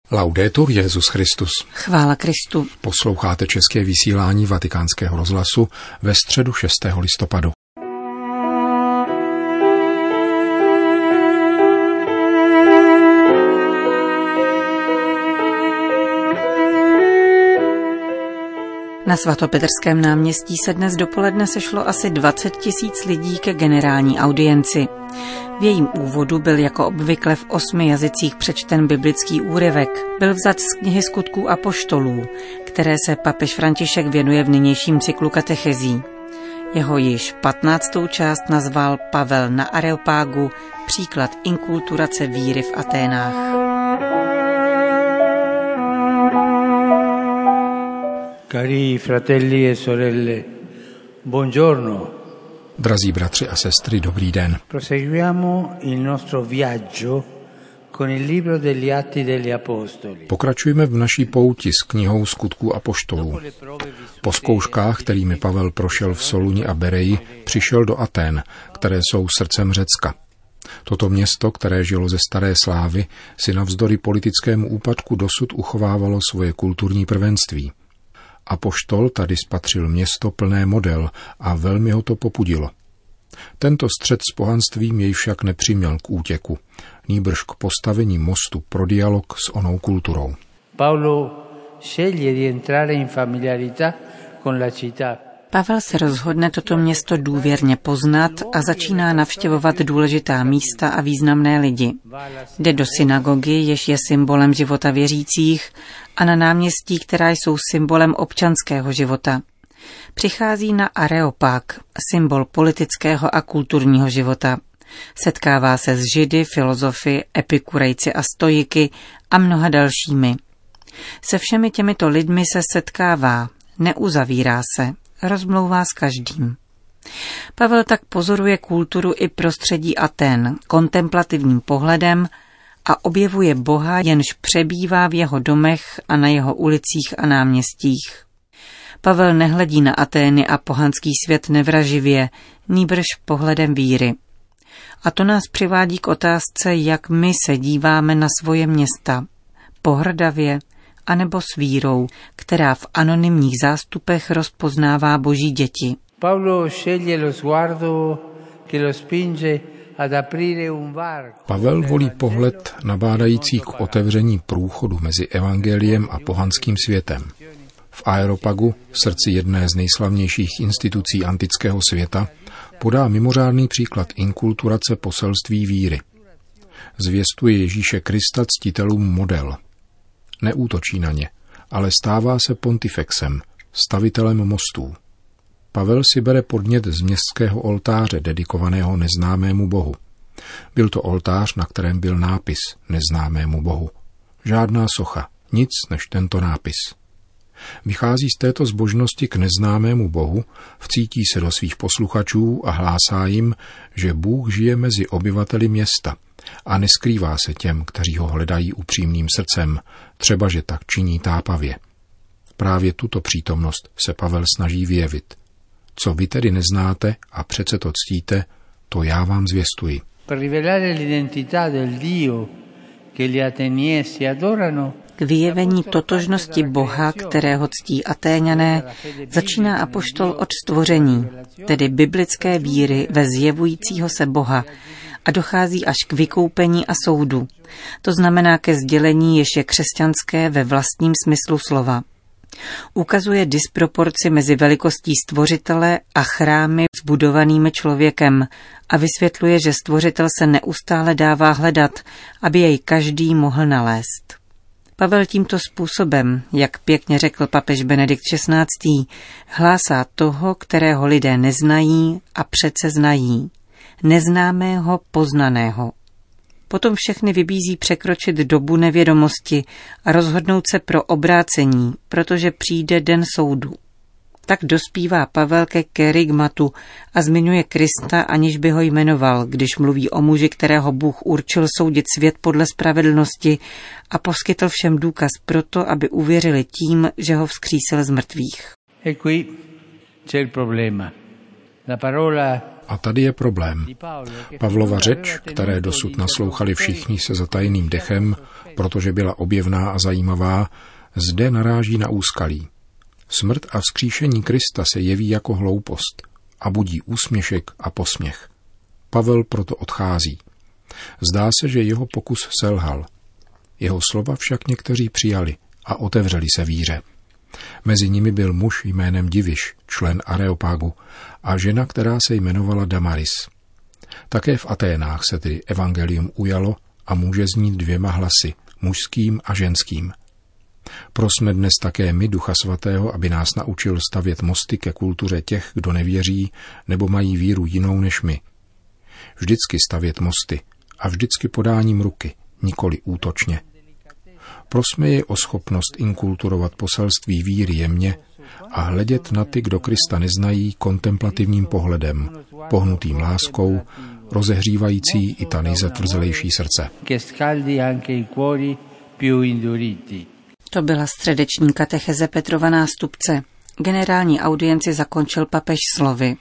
Laudetur Jesus Christus. Chvála Kristu. Posloucháte české vysílání Vatikánského rozhlasu ve středu 6. listopadu. Na svatopetrském náměstí se dnes dopoledne sešlo asi 20 000 lidí ke generální audienci. V jejím úvodu byl jako obvykle v 8 jazycích přečten biblický úryvek. Byl vzat z knihy Skutků apoštolů, které se papež František věnuje v nynějším cyklu katechezí. Jeho již 15. část nazval Pavel na Areopágu, příklad inkulturace víry v Aténách. Cari fratelli e sorelle, buongiorno. Drazí bratři a sestry, dobrý den. Proseguiamo il nostro viaggio con il libro degli Atti degli Apostoli. Pokračujeme v naší pouti s knihou Skutků apoštolů. Po zkouškách, kterými Pavel prošel v Soluni a Bereji, přišel do Atén, které jsou srdcem Řecka. Toto město, které žilo ze staré slávy, si navzdory politickému úpadku dosud uchovávalo svoje kulturní prvenství. Apoštol tady spatřil město plné model a velmi ho to popudilo. Tento střet s pohanstvím jej však nepřiměl k útěku, nýbrž k postavení mostu pro dialog s onou kulturou. Paolo sceglie di entrare in familiarità con la città. Pavel se rozhodne toto město důvěrně poznat a začíná navštěvovat důležitá místa a významné lidi. Jde do synagogy, jež je symbolem života věřících, a na náměstí, která jsou symbolem občanského života. Přichází na Areopág, symbol politického a kulturního života. Setkává se s Židy, filozofy, epikurejci a stoiky a mnoha dalšími. Se všemi těmito lidmi se setkává, neuzavírá se, rozmlouvá s každým. Pavel tak pozoruje kulturu i prostředí Atén kontemplativním pohledem a objevuje Boha, jenž přebývá v jeho domech a na jeho ulicích a náměstích. Pavel nehledí na Atény a pohanský svět nevraživě, nýbrž pohledem víry. A to nás přivádí k otázce, jak my se díváme na svoje města, pohrdavě anebo s vírou, která v anonymních zástupech rozpoznává Boží děti. Pavel volí pohled nabádající k otevření průchodu mezi evangeliem a pohanským světem. V Areopagu, srdci jedné z nejslavnějších institucí antického světa, podá mimořádný příklad inkulturace poselství víry. Zvěstuje Ježíše Krista ctitelům model. Neútočí na ně, ale stává se pontifexem, stavitelem mostů. Pavel si bere podnět z městského oltáře dedikovaného neznámému Bohu. Byl to oltář, na kterém byl nápis neznámému Bohu. Žádná socha, nic než tento nápis. Vychází z této zbožnosti k neznámému Bohu, vcítí se do svých posluchačů a hlásá jim, že Bůh žije mezi obyvateli města a neskrývá se těm, kteří ho hledají upřímným srdcem, třeba že tak činí tápavě. Právě tuto přítomnost se Pavel snaží vyjevit. Co vy tedy neznáte a přece to ctíte, to já vám zvěstuji. K vyjevení totožnosti Boha, kterého ctí Atéňané, začíná apoštol od stvoření, tedy biblické víry ve zjevujícího se Boha, a dochází až k vykoupení a soudu. To znamená ke sdělení, jež je křesťanské ve vlastním smyslu slova. Ukazuje disproporci mezi velikostí stvořitele a chrámy zbudovanými člověkem a vysvětluje, že stvořitel se neustále dává hledat, aby jej každý mohl nalézt. Pavel tímto způsobem, jak pěkně řekl papež Benedikt XVI., hlásá toho, kterého lidé neznají a přece znají. Neznámého, poznaného. Potom všechny vybízí překročit dobu nevědomosti a rozhodnout se pro obrácení, protože přijde den soudu. Tak dospívá Pavel ke kerygmatu a zmiňuje Krista, aniž by ho jmenoval, když mluví o muži, kterého Bůh určil soudit svět podle spravedlnosti a poskytl všem důkaz proto, aby uvěřili tím, že ho vzkřísil z mrtvých. E qui c'è il problema. La parola A tady je problém. Pavlova řeč, které dosud naslouchali všichni se zatajeným dechem, protože byla objevná a zajímavá, zde naráží na úskalí. Smrt a vzkříšení Krista se jeví jako hloupost a budí úsměšek a posměch. Pavel proto odchází. Zdá se, že jeho pokus selhal. Jeho slova však někteří přijali a otevřeli se víře. Mezi nimi byl muž jménem Diviš, člen Areopagu, a žena, která se jmenovala Damaris. Také v Aténách se tedy evangelium ujalo a může znít dvěma hlasy, mužským a ženským. Prosme dnes také my Ducha Svatého, aby nás naučil stavět mosty ke kultuře těch, kdo nevěří nebo mají víru jinou než my. Vždycky stavět mosty a vždycky podáním ruky, nikoli útočně. Prosme je o schopnost inkulturovat poselství víry jemně a hledět na ty, kdo Krista neznají, kontemplativním pohledem, pohnutým láskou, rozehřívající i ta nejzatvrzelejší srdce. To byla středeční katecheze Petrova nástupce. Generální audienci zakončil papež slovy.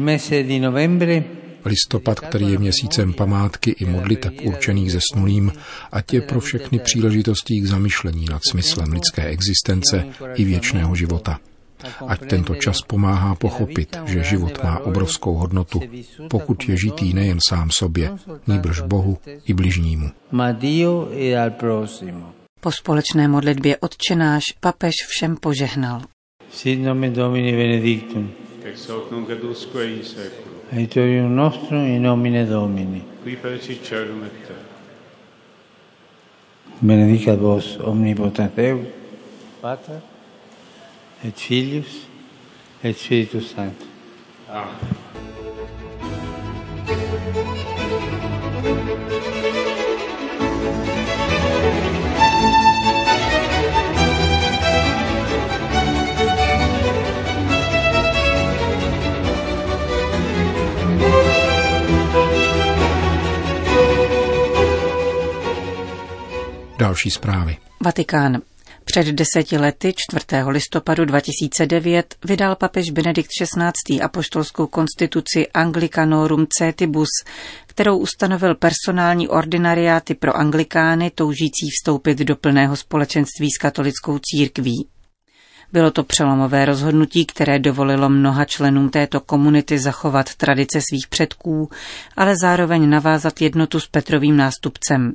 Listopad, který je měsícem památky i modliteb určených zesnulým, ať je pro všechny příležitostí k zamyšlení nad smyslem lidské existence i věčného života. Ať tento čas pomáhá pochopit, že život má obrovskou hodnotu, pokud je žitý nejen sám sobě, nýbrž Bohu i bližnímu. Po společné modlitbě Otčenáš papež všem požehnal. Sit nomen Domini benedictum. Ex hoc nunc et usque in seculum. Aiutorium nostrum in nomine Domini. Qui feci caelum et terra. Benedicat vos omnipotens Deus, Pater et Filius et Spiritus Sanctus. Amen. Další zprávy. Vatikán. Před 10 lety, 4. listopadu 2009, vydal papež Benedikt XVI. Apoštolskou konstituci Anglicanorum Cetibus, kterou ustanovil personální ordinariáty pro anglikány toužící vstoupit do plného společenství s katolickou církví. Bylo to přelomové rozhodnutí, které dovolilo mnoha členům této komunity zachovat tradice svých předků, ale zároveň navázat jednotu s Petrovým nástupcem.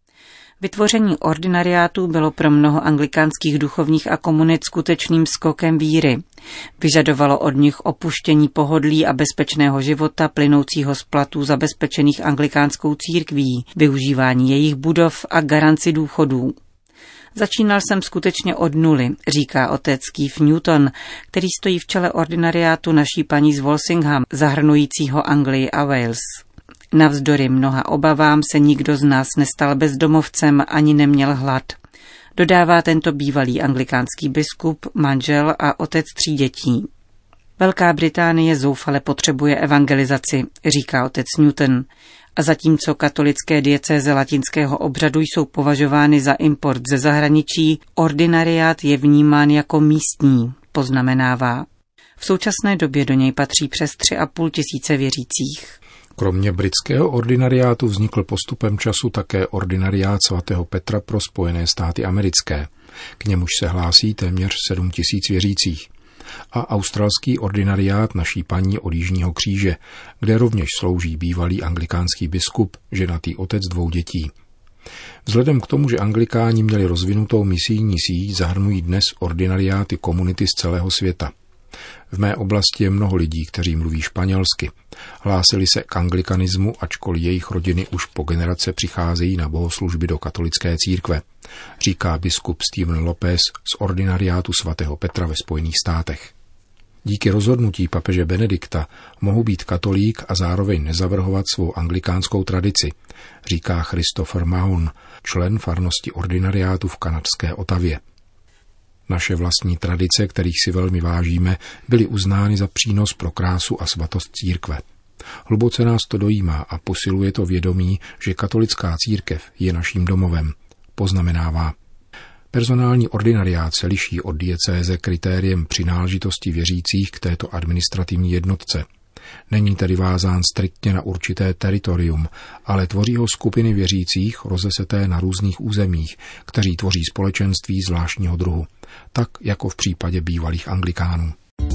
Vytvoření ordinariátů bylo pro mnoho anglikánských duchovních a komunit skutečným skokem víry. Vyžadovalo od nich opuštění pohodlí a bezpečného života plynoucího z platů zabezpečených anglikánskou církví, využívání jejich budov a garanci důchodů. Začínal jsem skutečně od nuly, říká otec Keith Newton, který stojí v čele ordinariátu Naší Paní z Walsingham, zahrnujícího Anglii a Wales. Navzdory mnoha obavám se nikdo z nás nestal bezdomovcem ani neměl hlad. Dodává tento bývalý anglikánský biskup, manžel a otec 3 dětí. Velká Británie zoufale potřebuje evangelizaci, říká otec Newton. A zatímco katolické diecéze latinského obřadu jsou považovány za import ze zahraničí, ordinariát je vnímán jako místní, poznamenává. V současné době do něj patří přes 3,5 tisíce věřících. Kromě britského ordinariátu vznikl postupem času také ordinariát svatého Petra pro Spojené státy americké. K němuž se hlásí téměř 7 tisíc věřících. A australský ordinariát Naší Paní od Jižního kříže, kde rovněž slouží bývalý anglikánský biskup, ženatý otec 2 dětí. Vzhledem k tomu, že anglikáni měli rozvinutou misijní síť, zahrnují dnes ordinariáty komunity z celého světa. V mé oblasti je mnoho lidí, kteří mluví španělsky. Hlásili se k anglikanismu, ačkoliv jejich rodiny už po generace přicházejí na bohoslužby do katolické církve, říká biskup Stephen Lopez z ordinariátu svatého Petra ve Spojených státech. Díky rozhodnutí papeže Benedikta mohu být katolík a zároveň nezavrhovat svou anglikánskou tradici, říká Christopher Mahon, člen farnosti ordinariátu v kanadské Ottawě. Naše vlastní tradice, kterých si velmi vážíme, byly uznány za přínos pro krásu a svatost církve. Hluboce nás to dojímá a posiluje to vědomí, že katolická církev je naším domovem, poznamenává. Personální ordinariát se liší od diecéze kritériem přináležitosti věřících k této administrativní jednotce. Není tedy vázán striktně na určité teritorium, ale tvoří ho skupiny věřících rozeseté na různých územích, kteří tvoří společenství zvláštního druhu, tak jako v případě bývalých anglikánů.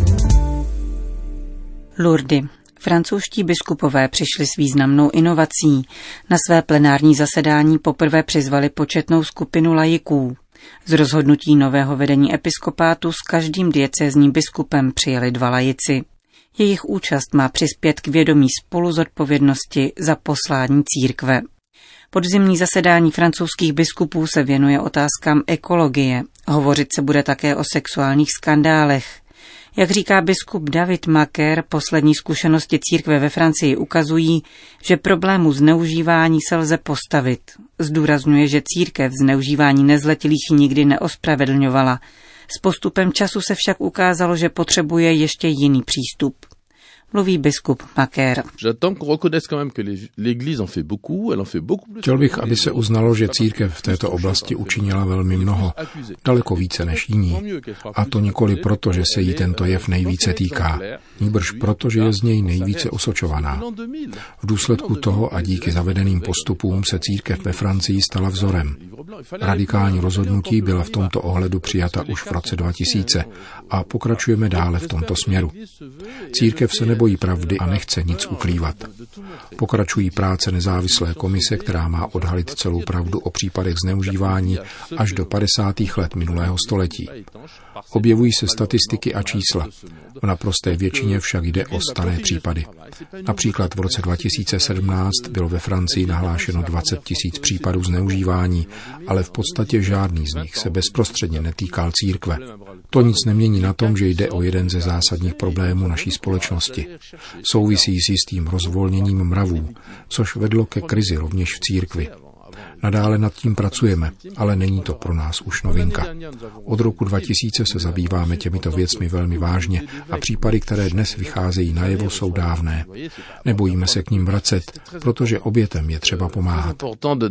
Lourdes. Francouzští biskupové přišli s významnou inovací. Na své plenární zasedání poprvé přizvali početnou skupinu laiků. Z rozhodnutí nového vedení episkopátu s každým diecézním biskupem přijeli 2 laici. Jejich účast má přispět k vědomí spoluzodpovědnosti za poslání církve. Podzimní zasedání francouzských biskupů se věnuje otázkám ekologie. Hovořit se bude také o sexuálních skandálech. Jak říká biskup David Macaire, poslední zkušenosti církve ve Francii ukazují, že problému zneužívání se lze postavit. Zdůrazňuje, že církev zneužívání nezletilých nikdy neospravedlňovala. S postupem času se však ukázalo, že potřebuje ještě jiný přístup. Mluví biskup Macaire. Chtěl bych, aby se uznalo, že církev v této oblasti učinila velmi mnoho, daleko více než jiní. A to nikoli proto, že se jí tento jev nejvíce týká, nýbrž proto, že je z něj nejvíce osočovaná. V důsledku toho a díky zavedeným postupům se církev ve Francii stala vzorem. Radikální rozhodnutí byla v tomto ohledu přijata už v roce 2000 a pokračujeme dále v tomto směru. Církev se nebojí pravdy a nechce nic ukrývat. Pokračují práce nezávislé komise, která má odhalit celou pravdu o případech zneužívání až do 50. let minulého století. Objevují se statistiky a čísla. V naprosté většině však jde o staré případy. Například v roce 2017 bylo ve Francii nahlášeno 20 000 případů zneužívání, ale v podstatě žádný z nich se bezprostředně netýkal církve. To nic nemění na tom, že jde o jeden ze zásadních problémů naší společnosti. Souvisí s jistým rozvolněním mravů, což vedlo ke krizi rovněž v církvi. Nadále nad tím pracujeme, ale není to pro nás už novinka. Od roku 2000 se zabýváme těmito věcmi velmi vážně a případy, které dnes vycházejí najevo, jsou dávné. Nebojíme se k nim vracet, protože obětem je třeba pomáhat.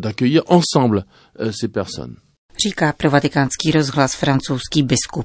Říká pro Vatikánský rozhlas francouzský biskup.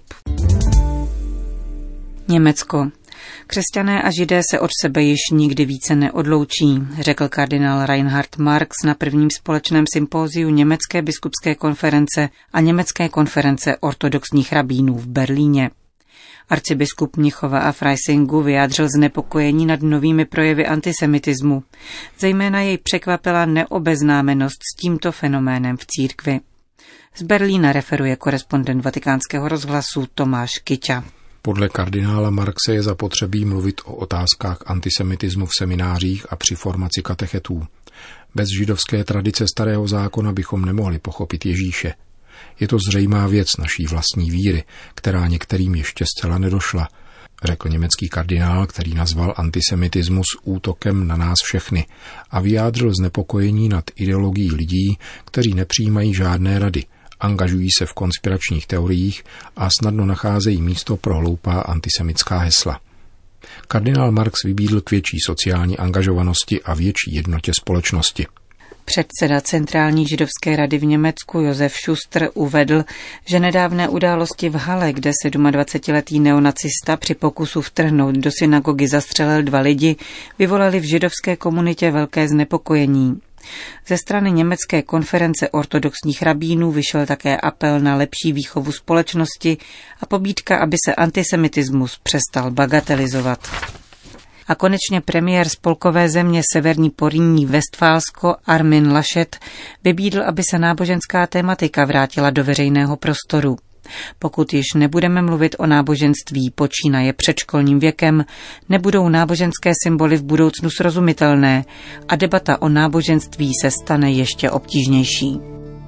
Německo. Křesťané a židé se od sebe již nikdy více neodloučí, řekl kardinál Reinhard Marx na prvním společném sympóziu Německé biskupské konference a Německé konference ortodoxních rabínů v Berlíně. Arcibiskup Mnichova a Freisingu vyjádřil znepokojení nad novými projevy antisemitismu. Zejména jej překvapila neobeznámenost s tímto fenoménem v církvi. Z Berlína referuje korespondent Vatikánského rozhlasu Tomáš Kyťa. Podle kardinála Marxe je zapotřebí mluvit o otázkách antisemitismu v seminářích a při formaci katechetů. Bez židovské tradice Starého zákona bychom nemohli pochopit Ježíše. Je to zřejmá věc naší vlastní víry, která některým ještě zcela nedošla, řekl německý kardinál, který nazval antisemitismus útokem na nás všechny a vyjádřil znepokojení nad ideologií lidí, kteří nepřijímají žádné rady, angažují se v konspiračních teoriích a snadno nacházejí místo pro hloupá antisemitská hesla. Kardinál Marx vybídl k větší sociální angažovanosti a větší jednotě společnosti. Předseda Centrální židovské rady v Německu Josef Schuster uvedl, že nedávné události v Halle, kde 27letý neonacista při pokusu vtrhnout do synagogy zastřelil 2 lidi, vyvolaly v židovské komunitě velké znepokojení. Ze strany Německé konference ortodoxních rabínů vyšel také apel na lepší výchovu společnosti a pobídka, aby se antisemitismus přestal bagatelizovat. A konečně premiér spolkové země Severní Porýní Westfálsko Armin Laschet vybídl, aby se náboženská tematika vrátila do veřejného prostoru. Pokud již nebudeme mluvit o náboženství počínaje předškolním věkem, nebudou náboženské symboly v budoucnu srozumitelné a debata o náboženství se stane ještě obtížnější.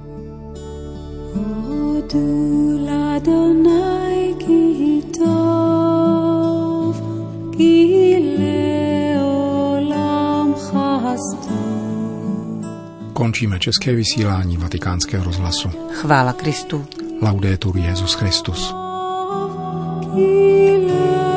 Končíme české vysílání Vatikánského rozhlasu. Chvála Kristu. Laudetur Jesus Christus.